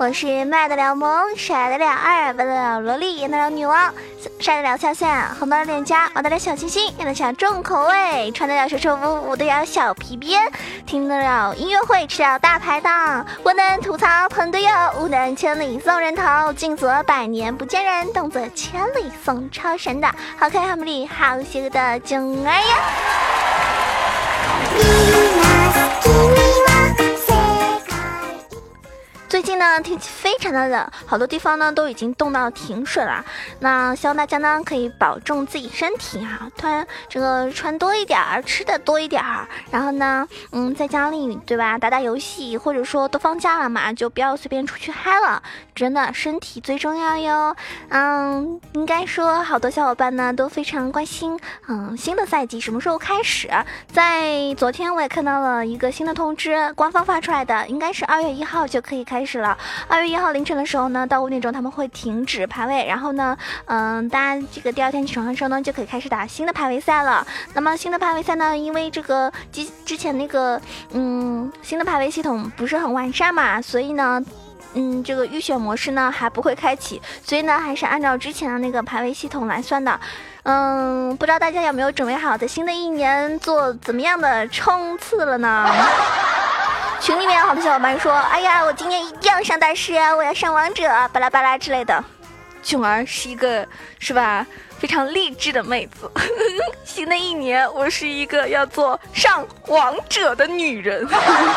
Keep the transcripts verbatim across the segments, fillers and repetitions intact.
我是卖得了萌，晒得了二，玩得了萝莉，演得了女王，晒得了下线，红得了脸颊，玩得了小清新，演得了重口味，穿得了手手舞，舞得了小皮鞭，听得了音乐会，吃了大排档。我能吐槽喷队友，无能千里送人头，静则百年不见人，动则千里送超神的好可爱好美丽好邪恶的囧儿呀。最近呢天气非常的冷，好多地方呢都已经冻到停水了。那希望大家呢可以保重自己身体啊，穿这个穿多一点儿，吃的多一点儿，然后呢嗯在家里对吧打打游戏，或者说都放假了嘛，就不要随便出去嗨了，真的身体最重要哟。嗯应该说好多小伙伴呢都非常关心嗯新的赛季什么时候开始。在昨天我也看到了一个新的通知，官方发出来的，应该是二月一号就可以开始开始了。二月一号凌晨的时候呢，到五点钟他们会停止排位，然后呢，嗯，大家这个第二天起床的时候呢，就可以开始打新的排位赛了。那么新的排位赛呢，因为这个之之前那个嗯新的排位系统不是很完善嘛，所以呢。嗯，这个预选模式呢还不会开启，所以呢还是按照之前的那个排位系统来算的。嗯，不知道大家有没有准备好在新的一年做怎么样的冲刺了呢？群里面有好多小伙伴说，哎呀，我今年一定要上大师啊，我要上王者，巴拉巴拉之类的。囧儿是一个是吧非常励志的妹子。新的一年，我是一个要做上王者的女人。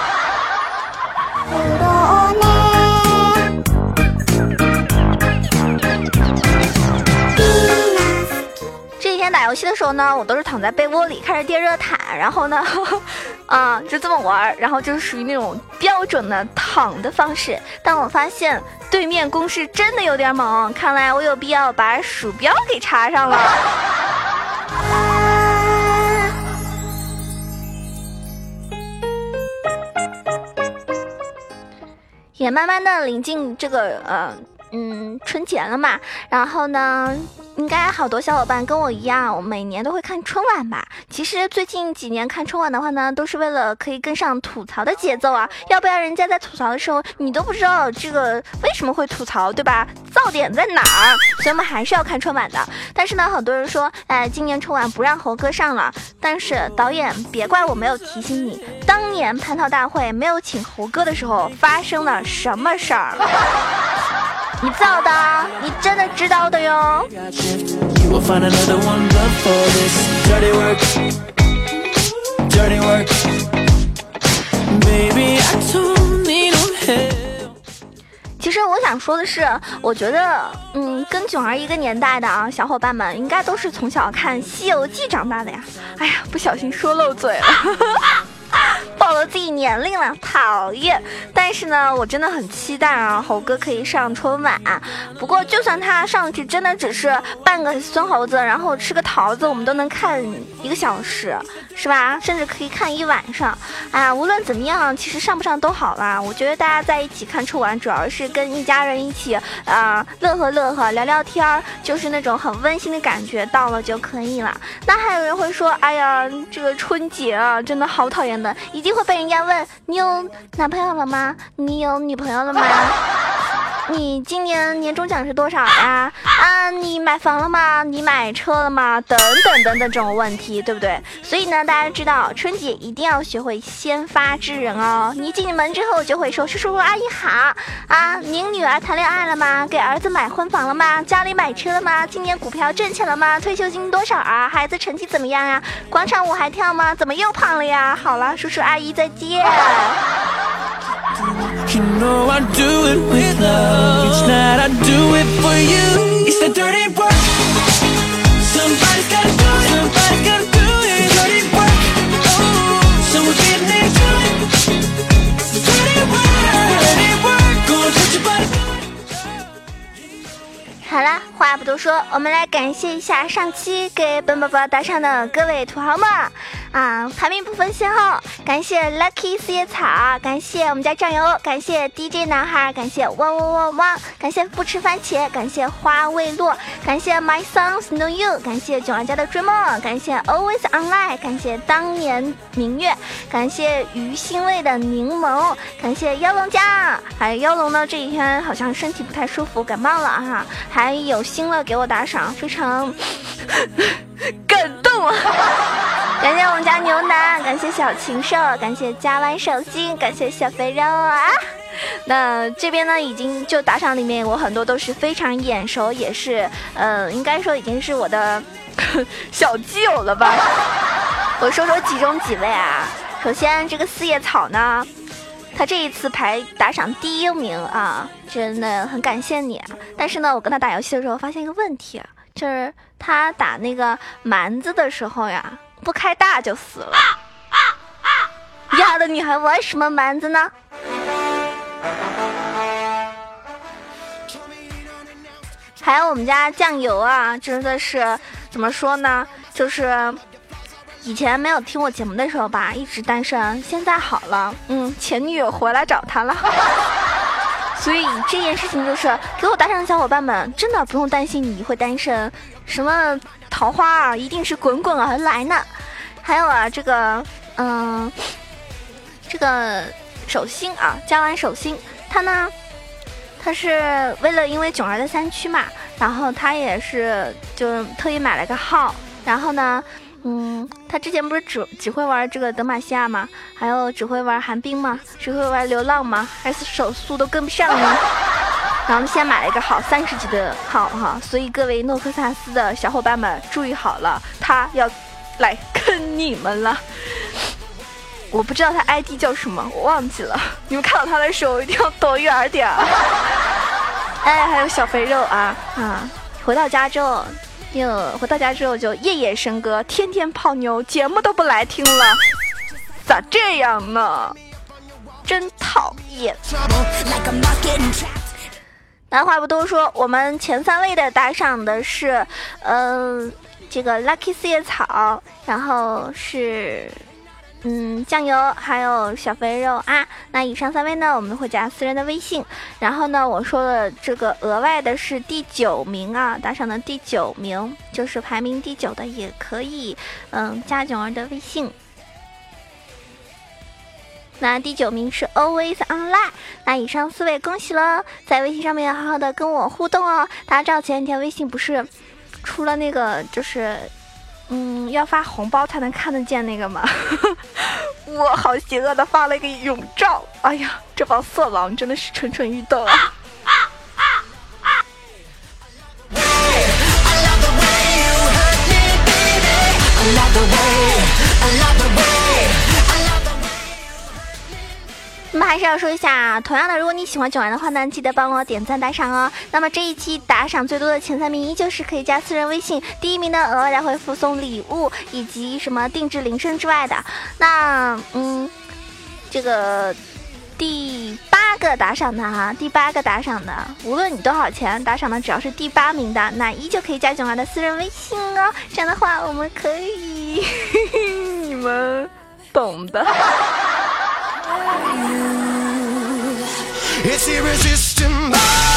这几天打游戏的时候呢，我都是躺在被窝里开着电热毯，然后呢啊就这么玩，然后就是属于那种标准的躺的方式。但我发现对面攻势真的有点猛，看来我有必要把鼠标给插上了。也慢慢的临近这个呃嗯春节了嘛，然后呢应该好多小伙伴跟我一样，我每年都会看春晚吧。其实最近几年看春晚的话呢，都是为了可以跟上吐槽的节奏啊，要不然人家在吐槽的时候你都不知道这个为什么会吐槽，对吧？噪点在哪儿？所以我们还是要看春晚的。但是呢很多人说哎，今年春晚不让猴哥上了，但是导演别怪我没有提醒你，当年蟠桃大会没有请猴哥的时候发生了什么事儿。你知道的，你真的知道的哟。其实我想说的是，我觉得嗯跟囧儿一个年代的啊小伙伴们应该都是从小看西游记长大的呀。哎呀不小心说漏嘴了。暴露自己年龄了，讨厌。但是呢我真的很期待啊猴哥可以上春晚。不过就算他上去真的只是扮个孙猴子，然后吃个桃子，我们都能看一个小时是吧，甚至可以看一晚上。哎呀无论怎么样其实上不上都好啦，我觉得大家在一起看春晚主要是跟一家人一起啊、呃、乐呵乐呵聊聊天，就是那种很温馨的感觉到了就可以了。那还有人会说哎呀这个春节啊真的好讨厌的，一定会被人家问你有男朋友了吗？你有女朋友了吗？你今年年终奖是多少呀？啊，你买房了吗？你买车了吗？等等等等这种问题，对不对？所以呢，大家知道春节一定要学会先发制人哦。你进门之后就会说叔叔阿姨好啊，您女儿谈恋爱了吗？给儿子买婚房了吗？家里买车了吗？今年股票挣钱了吗？退休金多少啊？孩子成绩怎么样呀？广场舞还跳吗？怎么又胖了呀？好了，叔叔阿姨再见。You know I do it with love. Each night I do it for you. It's the dirty work. Somebody's gotta do it. Somebody's gotta do it. Dirty work. Oh, so we're getting into it. Dirty work. Dirty work. Go and put your body. 好了，话不多多说，我们来感谢一下上期给本宝宝打赏的各位土豪们啊，排名不分先后，感谢 Lucky 四叶草，感谢我们家酱油，感谢 D J 男孩，感谢汪汪汪汪，感谢不吃番茄，感谢花未落，感谢 My Songs Know You， 感谢囧儿家的追梦，感谢 Always Online， 感谢当年明月，感谢鱼腥味的柠檬，感谢妖龙家，还有妖龙呢这几天好像身体不太舒服，感冒了哈，还有新乐给我打赏，非常感动啊！感谢我们家牛腩，感谢小禽兽，感谢加湾手心，感谢小肥肉啊！那这边呢，已经就打赏里面，我很多都是非常眼熟，也是呃，应该说已经是我的小基友了吧。我说说其中几位啊，首先这个四叶草呢，他这一次排打赏第一名啊，真的很感谢你。但是呢，我跟他打游戏的时候发现一个问题，就是他打那个蛮子的时候呀，不开大就死了。丫的，你还玩什么蛮子呢？还有我们家酱油啊，真的是怎么说呢？就是以前没有听我节目的时候吧，一直单身，现在好了，嗯，前女友回来找他了。所以这件事情就是给我打赏的小伙伴们，真的不用担心你会单身，什么桃花啊，一定是滚滚而来呢。还有啊，这个嗯，这个手心啊，加完手心，他呢，他是为了因为囧儿的三区嘛，然后他也是就特意买了个号，然后呢。嗯，他之前不是只只会玩这个德玛西亚吗？还有只会玩寒冰吗？只会玩流浪吗？还是手速都跟不上呢？然后先买了一个号三十级的号哈，所以各位诺克萨斯的小伙伴们注意好了，他要来坑你们了。我不知道他 I D 叫什么，我忘记了。你们看到他的时候一定要躲远点啊！哎，还有小肥肉啊啊！回到家之后。又回到家之后就夜夜笙歌，天天泡妞，节目都不来听了，咋这样呢？真讨厌。那话不多说，我们前三位的打赏的是，嗯、呃，这个 Lucky 四叶草，然后是。嗯，酱油还有小肥肉啊，那以上三位呢，我们会加私人的微信。然后呢，我说的这个额外的是第九名啊，打赏的第九名，就是排名第九的也可以，嗯，加囧儿的微信。那第九名是 Always Online。那以上四位恭喜了，在微信上面好好的跟我互动哦。大家知道前几天微信不是出了那个就是。嗯，要发红包才能看得见那个吗？我好邪恶的发了一个永照，哎呀，这帮色狼真的是蠢蠢欲动啊！那么还是要说一下，同样的，如果你喜欢囧儿的话呢，记得帮我点赞打赏哦。那么这一期打赏最多的前三名依旧是可以加私人微信，第一名的额外的会附送礼物以及什么定制铃声之外的。那嗯，这个第八个打赏的哈，第八个打赏的，无论你多少钱打赏的，只要是第八名的，那依旧可以加囧儿的私人微信哦。这样的话，我们可以，你们懂的。It's irresistible.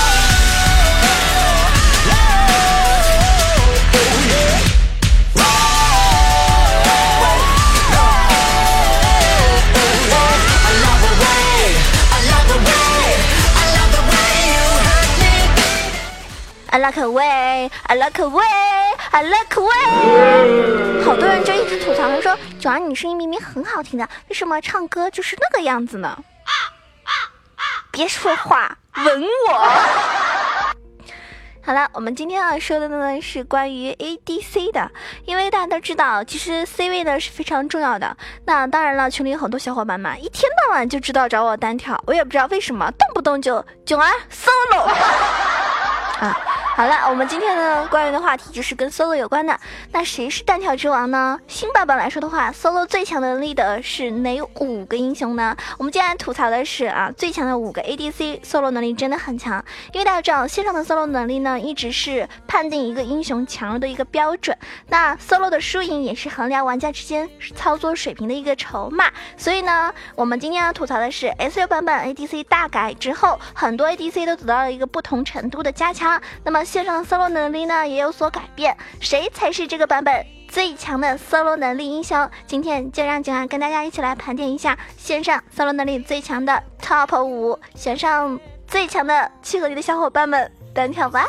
I like a way, I like a way, I like a way。 好多人就一直吐槽他说，囧儿你声音明明很好听的，为什么唱歌就是那个样子呢？别说话，吻我。好了，我们今天要说的呢是关于 A D C 的，因为大家都知道，其实 C 位呢是非常重要的。那当然了，群里有很多小伙伴们一天到晚就知道找我单挑，我也不知道为什么，动不动就囧儿 solo 啊。 好了，我们今天呢关于的话题就是跟 solo 有关的。那谁是单挑之王呢？新版本来说的话 ，solo 最强能力的是哪五个英雄呢？我们今天吐槽的是啊，最强的五个 A D C solo 能力真的很强。因为大家知道，线上的 solo 能力呢，一直是判定一个英雄强弱的一个标准。那 solo 的输赢也是衡量玩家之间操作水平的一个筹码。所以呢，我们今天要吐槽的是 S 六 版本 A D C 大改之后，很多 A D C 都得到了一个不同程度的加强。那么线上的 solo 能力呢也有所改变，谁才是这个版本最强的 solo 能力英雄？今天就让景安跟大家一起来盘点一下线上 solo 能力最强的 top 五，选上最强的契合你的小伙伴们单挑吧。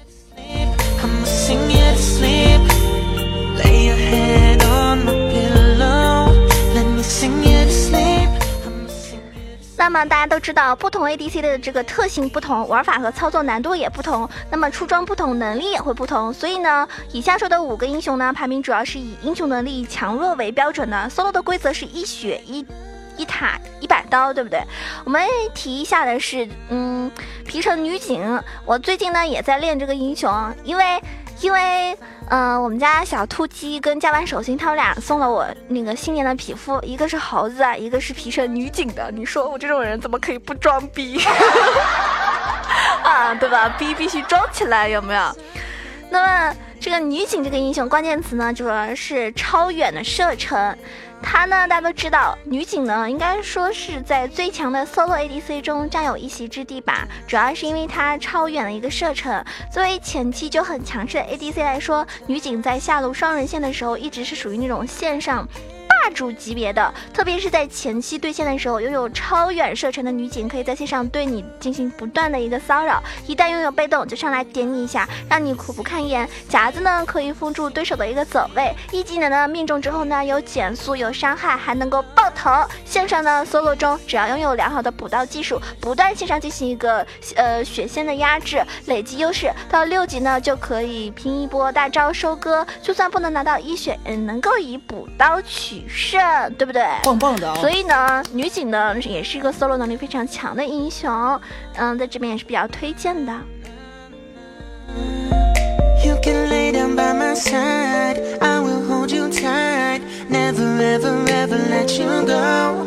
那么大家都知道，不同 A D C 的这个特性不同，玩法和操作难度也不同，那么出装不同，能力也会不同。所以呢，以下说的五个英雄呢，排名主要是以英雄能力强弱为标准的。solo 的规则是一血一一塔一百刀，对不对？我们提一下的是，嗯，皮城女警，我最近呢也在练这个英雄，因为因为。嗯、呃，我们家小兔鸡跟加完手心，他们俩送了我那个新年的皮肤，一个是猴子啊，一个是皮城女警的。你说我这种人怎么可以不装逼啊？对吧？逼必须装起来，有没有？那么这个女警这个英雄关键词呢，主要是超远的射程。她呢，大家都知道，女警呢，应该说是在最强的 solo A D C 中占有一席之地吧。主要是因为她超远的一个射程。作为前期就很强势的 A D C 来说，女警在下路双人线的时候，一直是属于那种线上霸主级别的，特别是在前期对线的时候，拥有超远射程的女警可以在线上对你进行不断的一个骚扰，一旦拥有被动就上来点你一下，让你苦不堪言。夹子呢可以封住对手的一个走位，一技能呢命中之后呢有减速有伤害，还能够爆头。线上呢 solo 中只要拥有良好的补刀技术，不断线上进行一个呃血线的压制，累积优势，到六级呢就可以拼一波大招收割，就算不能拿到一血，嗯，能够以补刀取胜，对不对？ 棒棒的、哦、 所以呢，女警呢也是一个 solo 能力非常强的英雄，嗯，在这边也是比较推荐的。You can lay down by my side, I will hold you tight, never ever ever let you go.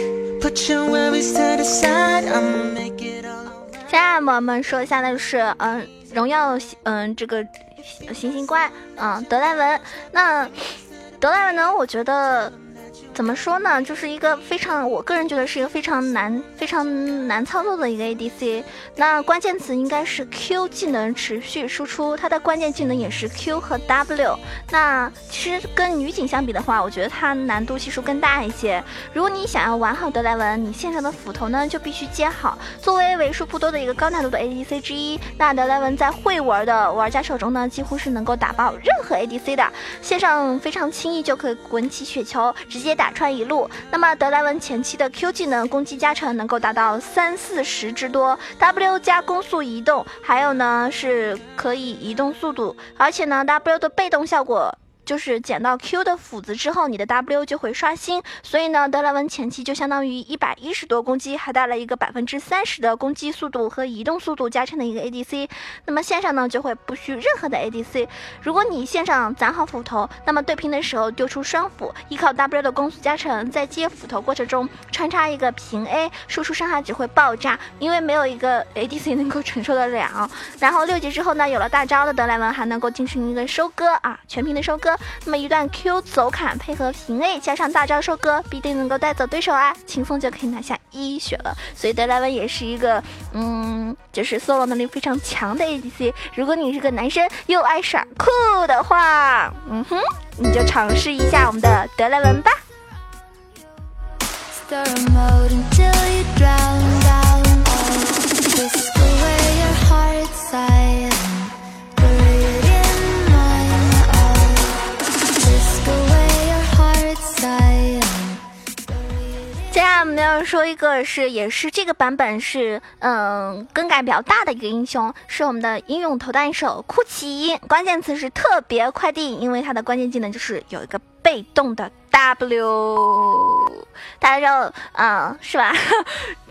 Put your worries to the side, I'ma make it all. 接下来我们说一下的是，嗯、呃，荣耀，嗯、呃，这个行星怪，嗯、呃，德莱文。那德莱文呢，我觉得怎么说呢，就是一个非常，我个人觉得是一个非常难非常难操作的一个 A D C。 那关键词应该是 Q 技能持续输出，它的关键技能也是 Q 和 W。 那其实跟女警相比的话，我觉得它难度系数更大一些。如果你想要玩好德莱文，你线上的斧头呢就必须接好。作为为数不多的一个高难度的 A D C 之一，那德莱文在会玩的玩家手中呢，几乎是能够打爆任何 A D C 的，线上非常轻易就可以滚起雪球，直接打打穿一路。那么德莱文前期的 Q 技能攻击加成能够达到三四十之多， W 加攻速移动，还有呢是可以移动速度，而且呢 W 的被动效果就是捡到 Q 的斧子之后，你的 W 就会刷新。所以呢，德莱文前期就相当于一百一十多攻击，还带了一个百分之三十的攻击速度和移动速度加成的一个 A D C。那么线上呢，就会不需任何的 A D C。如果你线上攒好斧头，那么对拼的时候丢出双斧，依靠 W 的攻速加成，在接斧头过程中穿插一个平 A， 输出伤害只会爆炸，因为没有一个 A D C 能够承受得了。然后六级之后呢，有了大招的德莱文还能够进行一个收割啊，全屏的收割。那么一段 Q 走砍配合平 A 加上大招收割，必定能够带走对手啊，轻松就可以拿下一血了。所以德莱文也是一个嗯，就是 solo 能力非常强的 A D C。如果你是个男生又爱耍酷的话，嗯哼，你就尝试一下我们的德莱文吧。接下来我们要说一个是也是这个版本是嗯更改比较大的一个英雄，是我们的英勇投弹手库奇，关键词是特别快递，因为它的关键技能就是有一个被动的 W， 大家知道嗯是吧？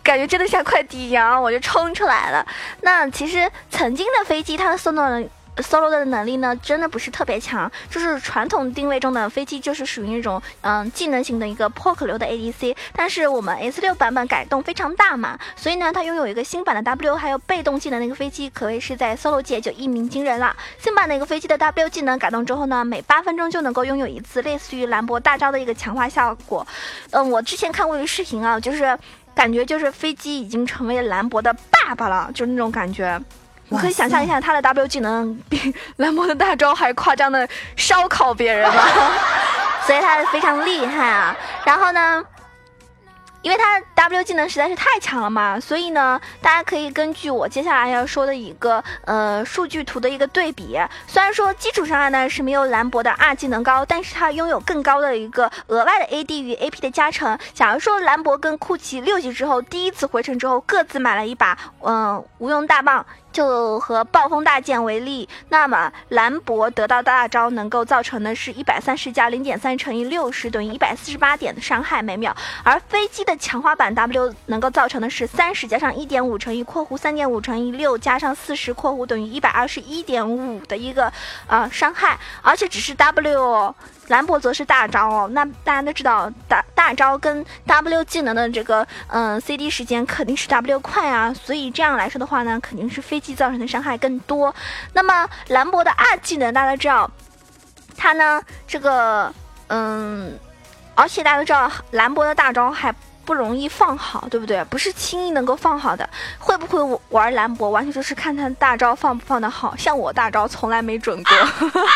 感觉真的像快递一样，我就冲出来了。那其实曾经的飞机它的速度solo 的能力呢，真的不是特别强，就是传统定位中的飞机就是属于那种嗯技能型的一个破壳流的 A D C， 但是我们 S 六 版本改动非常大嘛，所以呢它拥有一个新版的 W 还有被动技能的一个飞机，可谓是在 solo 界就一鸣惊人了。新版的一个飞机的 W 技能改动之后呢，每八分钟就能够拥有一次类似于兰博大招的一个强化效果。嗯，我之前看过一个视频啊，就是感觉就是飞机已经成为兰博的爸爸了，就是那种感觉。你可以想象一下，他的 W 技能比兰博的大招还夸张的烧烤别人吧，所以他非常厉害啊。然后呢，因为它 W 技能实在是太强了嘛，所以呢，大家可以根据我接下来要说的一个呃数据图的一个对比，虽然说基础伤害呢是没有兰博的 R 技能高，但是它拥有更高的一个额外的 A D 与 A P 的加成。假如说兰博跟库奇六级之后第一次回城之后各自买了一把嗯、呃、无用大棒，就和暴风大剑为例，那么兰博得到大招能够造成的是一百三十加 零点三 乘以六十等于一百四十八点的伤害每秒，而飞机的强化版 W 能够造成的是三十加上 一点五 乘以括弧 三点五 乘以六加上四十括弧等于一百二十一点五的一个呃伤害，而且只是 W。兰博则是大招哦，那大家都知道大大招跟 W 技能的这个嗯、呃、C D 时间肯定是 W 快啊，所以这样来说的话呢，肯定是飞机造成的伤害更多。那么兰博的 R 技能大家知道，它呢这个嗯，而且大家都知道兰博的大招还不容易放好，对不对？不是轻易能够放好的。会不会玩兰博，完全就是看他大招放不放得好。像我大招从来没准过。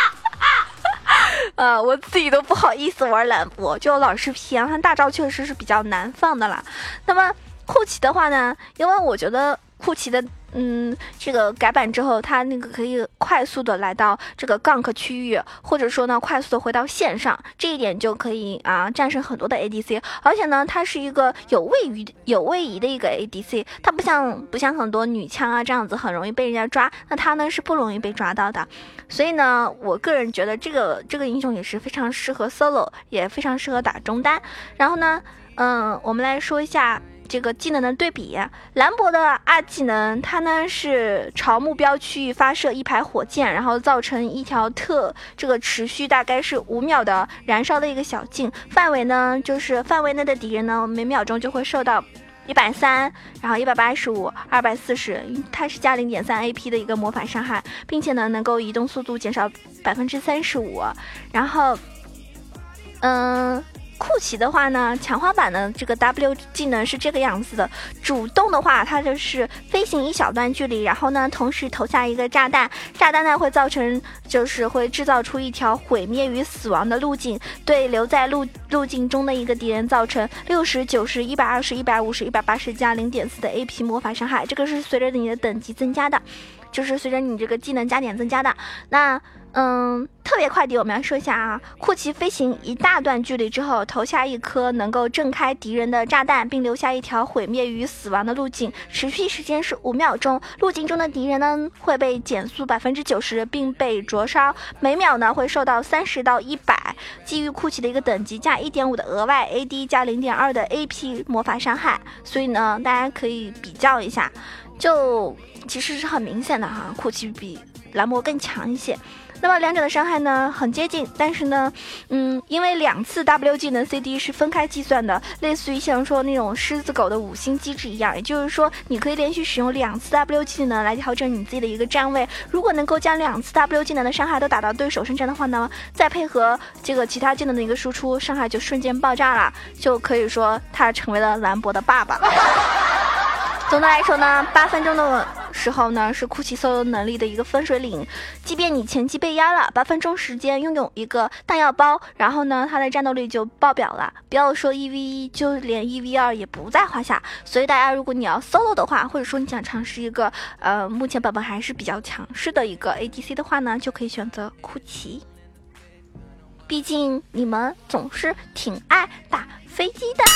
呃，我自己都不好意思玩兰博，就老是偏，他大招确实是比较难放的啦。那么库奇的话呢，因为我觉得库奇的嗯这个改版之后，它那个可以快速的来到这个 gank 区域，或者说呢快速的回到线上，这一点就可以啊战胜很多的 A D C， 而且呢它是一个有位移有位移的一个 A D C， 它不像不像很多女枪啊这样子很容易被人家抓，那它呢是不容易被抓到的。所以呢我个人觉得这个这个英雄也是非常适合 solo， 也非常适合打中单。然后呢嗯我们来说一下这个技能的对比，兰博的 R 技能，它呢是朝目标区域发射一排火箭，然后造成一条特这个持续大概是五秒的燃烧的一个小径，范围呢就是范围内的敌人呢每秒钟就会受到一百三，然后一百八十五、二百四十，它是加 零点三 A P 的一个魔法伤害，并且呢能够移动速度减少百分之三十五，然后嗯。库奇的话呢，强化版的这个 W 技能是这个样子的，主动的话它就是飞行一小段距离，然后呢同时投下一个炸弹，炸弹呢会造成就是会制造出一条毁灭与死亡的路径，对留在路路径中的一个敌人造成六十、九十、一百二十、一百五十、一百八十加 零点四 的 A P 魔法伤害，这个是随着你的等级增加的，就是随着你这个技能加点增加的。那嗯，特别快递我们要说一下啊，库奇飞行一大段距离之后，投下一颗能够震开敌人的炸弹，并留下一条毁灭与死亡的路径，持续时间是五秒钟。路径中的敌人呢会被减速百分之九十，并被灼烧，每秒呢会受到三十到一百。基于库奇的一个等级加一点五的额外 A D 加 零点二 的 A P 魔法伤害，所以呢大家可以比较一下，就其实是很明显的哈，库奇比兰博更强一些。那么两者的伤害呢很接近，但是呢嗯，因为两次 W 技能 C D 是分开计算的，类似于像说那种狮子狗的五星机制一样，也就是说你可以连续使用两次 W 技能来调整你自己的一个站位，如果能够将两次 W 技能的伤害都打到对手身上的话呢，再配合这个其他技能的一个输出，伤害就瞬间爆炸了，就可以说他成为了兰博的爸爸了。总的来说呢，八分钟的时候呢是库奇solo能力的一个分水岭，即便你前期被压了八分钟时间，拥有一个弹药包，然后呢他的战斗力就爆表了，不要说 一 v 一，就连 一 v 二也不在话下。所以大家如果你要 solo 的话，或者说你想尝试一个呃目前版本还是比较强势的一个 A D C 的话呢，就可以选择库奇，毕竟你们总是挺爱打飞机的。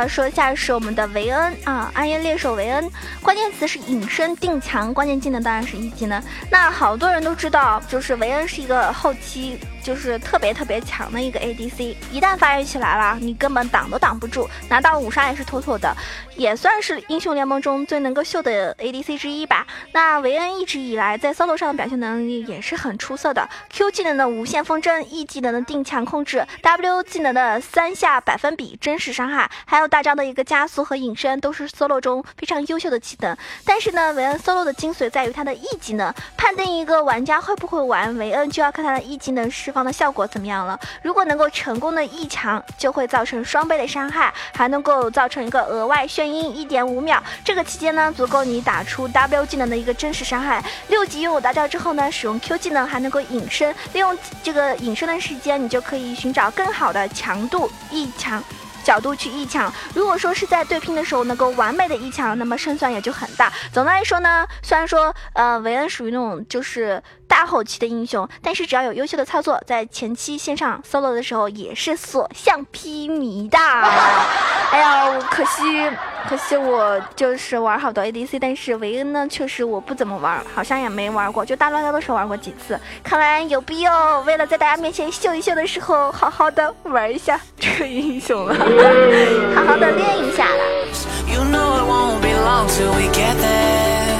要说一下是我们的维恩啊，暗夜猎手维恩，关键词是隐身定强，关键技能当然是一技能。那好多人都知道，就是维恩是一个后期就是特别特别强的一个 A D C， 一旦发育起来了，你根本挡都挡不住，拿到五杀也是妥妥的，也算是英雄联盟中最能够秀的 A D C 之一吧。那维恩一直以来在 solo 上的表现能力也是很出色的， Q 技能的无限风筝， E 技能的定强控制， W 技能的三下百分比真实伤害，还有大招的一个加速和隐身，都是 solo 中非常优秀的技能。但是呢，维恩 solo 的精髓在于他的 E 技能，判定一个玩家会不会玩维恩，就要看他的 E 技能释放的效果怎么样了。如果能够成功的 E 强，就会造成双倍的伤害，还能够造成一个额外眩晕 一点五秒，这个期间呢，足够你打出 W 技能的一个真实伤害。六级拥有大招之后呢，使用 Q 技能还能够隐身，利用这个隐身的时间，你就可以寻找更好的强度 E 强角度去一强。如果说是在对拼的时候能够完美的一强，那么胜算也就很大。总的来说呢，虽然说呃维恩属于那种就是大后期的英雄，但是只要有优秀的操作，在前期线上 solo 的时候也是所向披靡的。哎呀，可惜可惜我就是玩好多 A D C， 但是维恩呢确实我不怎么玩，好像也没玩过，就大乱斗的时候玩过几次。看来有必要为了在大家面前秀一秀的时候，好好的玩一下这个英雄了，好好的练一下了。You know it won't be long till we get there.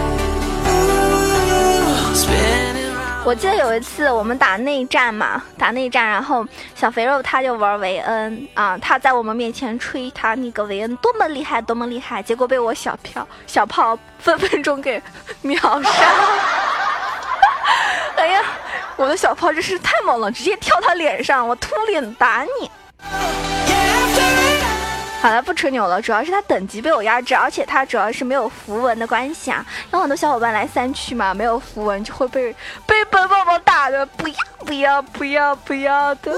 我记得有一次我们打内战嘛，打内战，然后小肥肉他就玩维恩啊，他在我们面前吹他那个维恩多么厉害多么厉害，结果被我小票小炮分分钟给秒杀。哎呀，我的小炮真是太猛了，直接跳他脸上，我秃脸打你。好了，不吹牛了，主要是他等级被我压制，而且他主要是没有符文的关系啊。有很多小伙伴来三区嘛，没有符文就会被被本宝宝打的不要不要不要不要的。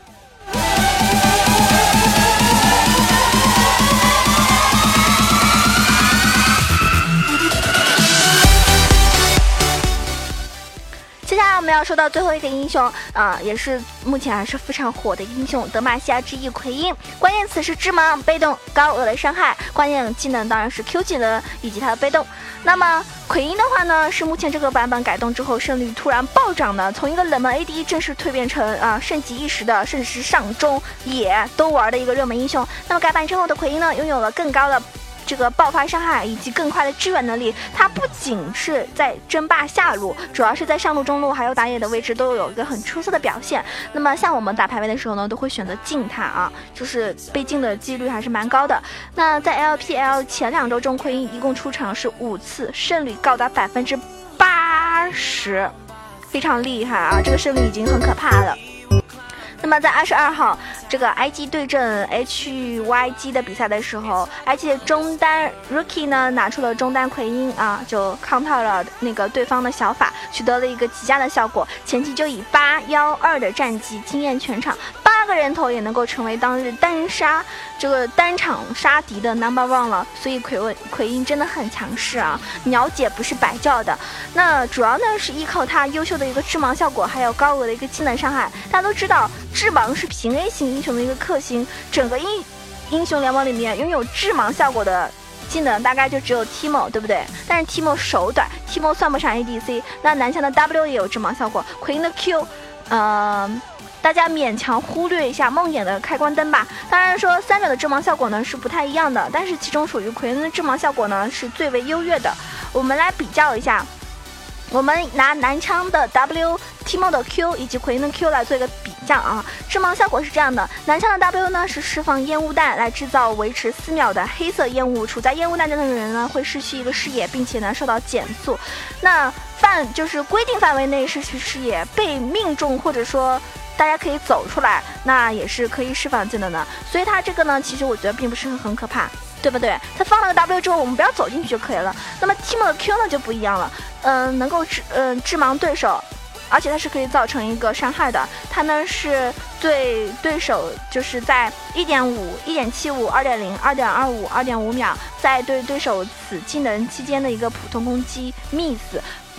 接下来我们要说到最后一个英雄啊、呃，也是目前还是非常火的英雄，德玛西亚之翼奎因。关键词是致盲、被动、高额的伤害，关键技能当然是 Q 技能以及它的被动。那么奎因的话呢，是目前这个版本改动之后胜率突然暴涨的，从一个冷门 A D 正式蜕变成啊、呃、盛极一时的，甚至是上中野都玩的一个热门英雄。那么改版之后的奎因呢，拥有了更高的这个爆发伤害以及更快的支援能力，它不仅是在争霸下路，主要是在上路、中路还有打野的位置都有一个很出色的表现。那么像我们打排位的时候呢，都会选择禁它啊，就是被禁的几率还是蛮高的。那在 L P L 前两周中，奎因一共出场是五次，胜率高达百分之八十，非常厉害啊！这个胜率已经很可怕了。那么在二十二号这个 I G 对阵 H Y G 的比赛的时候， I G 的中单 Rookie 呢拿出了中单奎因啊，就 counter 了那个对方的小法，取得了一个极佳的效果。前期就以八一二的战绩惊艳全场，八个人头也能够成为当日单杀这个单场杀敌的 number one 了。所以奎奎因真的很强势啊，鸟姐不是白叫的。那主要呢是依靠他优秀的一个致盲效果，还有高额的一个技能伤害。大家都知道致盲是平 A 型英雄的一个克星，整个英英雄联盟里面拥有致盲效果的技能大概就只有 Timo， 对不对？但是 Timo 手短， Timo 算不上 A D C。 那南墙的 W 也有致盲效果，奎因的 Q 呃大家勉强忽略一下梦魇的开关灯吧。当然说三者的致盲效果呢是不太一样的，但是其中属于奎因的致盲效果呢是最为优越的。我们来比较一下，我们拿南枪的 W、Timo 的 Q 以及奎因的 Q 来做一个比较啊。致盲效果是这样的，南枪的 W 呢是释放烟雾弹来制造维持四秒的黑色烟雾，处在烟雾弹中的人呢会失去一个视野，并且呢受到减速。那范就是规定范围内失去视野，被命中或者说大家可以走出来，那也是可以释放技能的。所以它这个呢，其实我觉得并不是很可怕，对不对？它放了个 W 之后，我们不要走进去就可以了。那么 Timo 的 Q 呢就不一样了，嗯、呃，能够致嗯、呃、致盲对手，而且它是可以造成一个伤害的。它呢是对对手就是在 一点五、一点七五、二点零、二点二五、二点五秒，在对对手此技能期间的一个普通攻击 miss。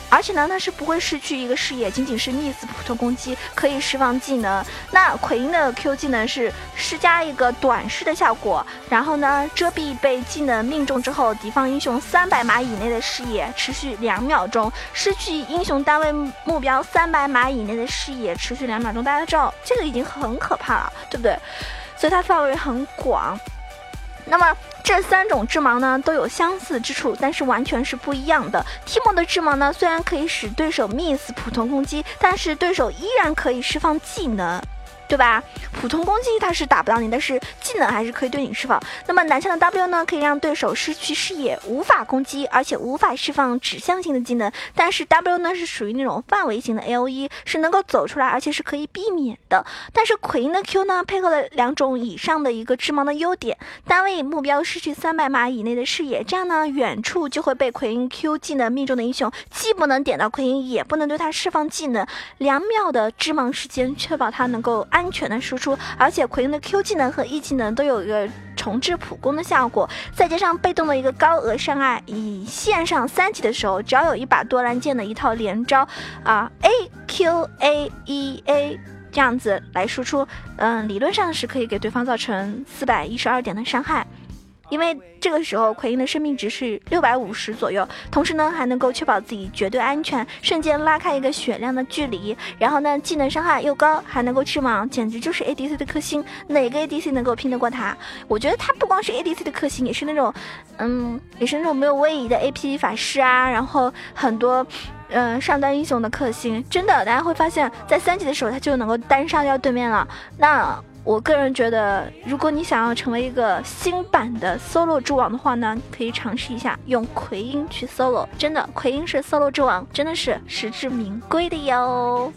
而且呢它是不会失去一个视野，仅仅是 miss 普通攻击可以释放技能。那奎因的 Q 技能是施加一个短视的效果，然后呢遮蔽被技能命中之后敌方英雄三百码以内的视野，持续两秒钟，失去英雄单位目标三百码以内的视野，持续两秒钟。大家知道这个已经很可怕了，对不对？所以它范围很广。那么这三种致盲呢都有相似之处，但是完全是不一样的。Teemo 的致盲呢虽然可以使对手 miss 普通攻击，但是对手依然可以释放技能，对吧？普通攻击它是打不到你，但是技能还是可以对你释放。那么南向的 W 呢可以让对手失去视野，无法攻击，而且无法释放指向性的技能。但是 W 呢是属于那种范围型的 A O E， 是能够走出来，而且是可以避免的。但是奎因的 Q 呢配合了两种以上的一个致盲的优点，单位目标失去三百码以内的视野，这样呢远处就会被奎因 Q 技能命中的英雄既不能点到奎因，也不能对他释放技能，两秒的致盲时间确保他能够安全的输出。而且奎因的 Q 技能和 E 技能都有一个重置普攻的效果，再加上被动的一个高额伤害，以线上三级的时候，只要有一把多兰剑的一套连招啊 A Q A E A 这样子来输出，嗯，理论上是可以给对方造成四百一十二点的伤害。因为这个时候奎因的生命值是六百五十左右，同时呢还能够确保自己绝对安全，瞬间拉开一个血量的距离，然后呢技能伤害又高，还能够致盲，简直就是 A D C 的克星。哪个 A D C 能够拼得过他？我觉得他不光是 A D C 的克星，也是那种嗯也是那种没有位移的 A P 法师啊，然后很多嗯、呃、上单英雄的克星。真的大家会发现在三级的时候他就能够单杀掉对面了。那我个人觉得，如果你想要成为一个新版的 solo 之王的话呢，可以尝试一下用奎因去 solo， 真的奎因是 solo 之王，真的是实至名归的哟。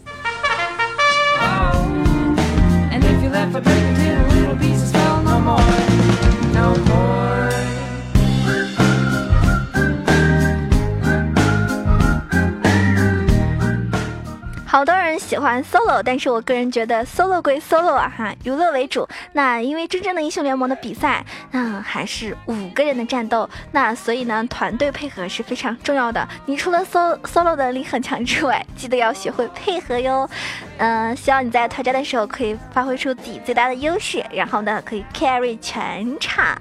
好多人喜欢 solo， 但是我个人觉得 solo 归 solo 啊哈，娱乐为主。那因为真正的英雄联盟的比赛，那还是五个人的战斗，那所以呢，团队配合是非常重要的。你除了 solo solo 的能力很强之外，记得要学会配合哟。嗯、呃，希望你在团战的时候可以发挥出自己最大的优势，然后呢，可以 carry 全场。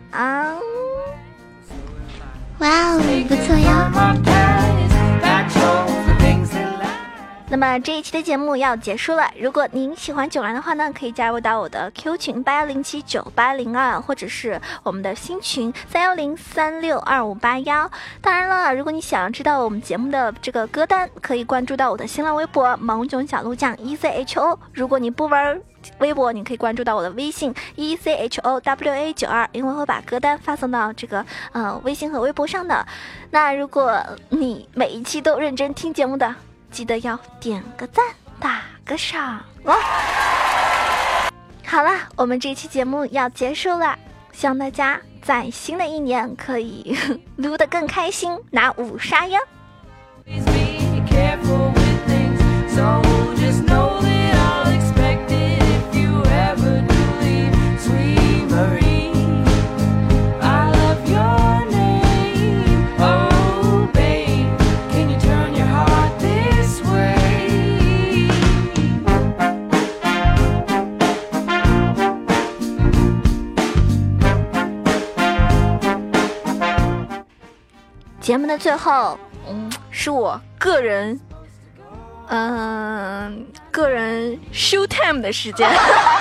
哇哦，不错呀。 那么这一期的节目要结束了，如果您喜欢囧儿的话呢，可以加入到我的 Q 群八幺零七九八零二，或者是我们的新群三幺零三六二五八幺。当然了，如果你想要知道我们节目的这个歌单，可以关注到我的新浪微博萌囧小鹿酱 E C H O。如果你不玩微博，你可以关注到我的微信 E C H O W A 九二，因为会把歌单发送到这个呃微信和微博上的。那如果你每一期都认真听节目的，记得要点个赞，打个赏哦。好了，我们这期节目要结束了，希望大家在新的一年可以撸得更开心，拿五杀哟。节目的最后，嗯，是我个人，嗯、呃，个人 show time 的时间。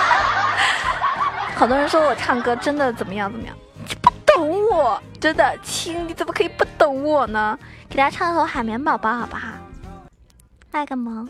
好多人说我唱歌真的怎么样怎么样，你不懂我，真的，亲，你怎么可以不懂我呢？给大家唱一首《海绵宝宝》好不好？卖个萌。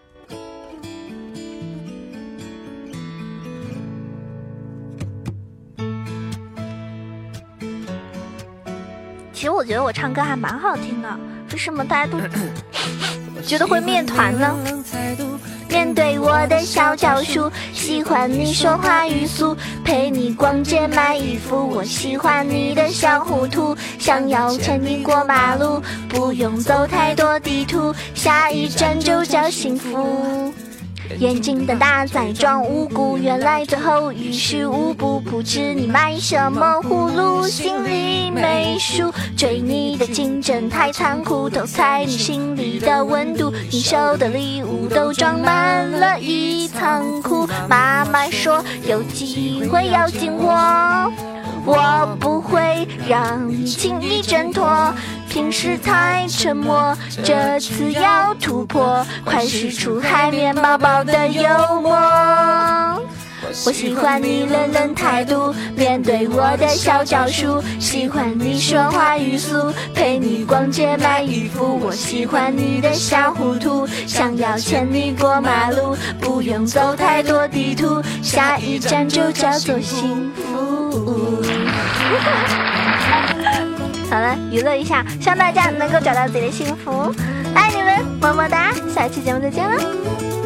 其实我觉得我唱歌还蛮好听的，为什么大家都觉得会面团呢？面对我的小脚叔，喜欢你说话语速，陪你逛街买衣服，我喜欢你的小糊涂，想要牵你过马路，不用走太多地图，下一站就叫幸福。 眼睛瞪大再装无辜，原来最后于事无补。不知你买什么葫芦，心里没数。追你的竞争太残酷，偷猜你心里的温度。你收的礼物都装满了一仓库。妈妈说有机会要紧握，我不会让你轻易挣脱。平时太沉默，这次要突破，快使出海绵宝宝的幽默。我喜欢你冷冷态度，面对我的小招数，喜欢你说话语速，陪你逛街买衣服。我喜欢你的小糊涂，想要牵你过马路，不用走太多地图，下一站就叫做幸福。好了，娱乐一下，希望大家能够找到自己的幸福，爱你们，么么哒，下期节目再见了。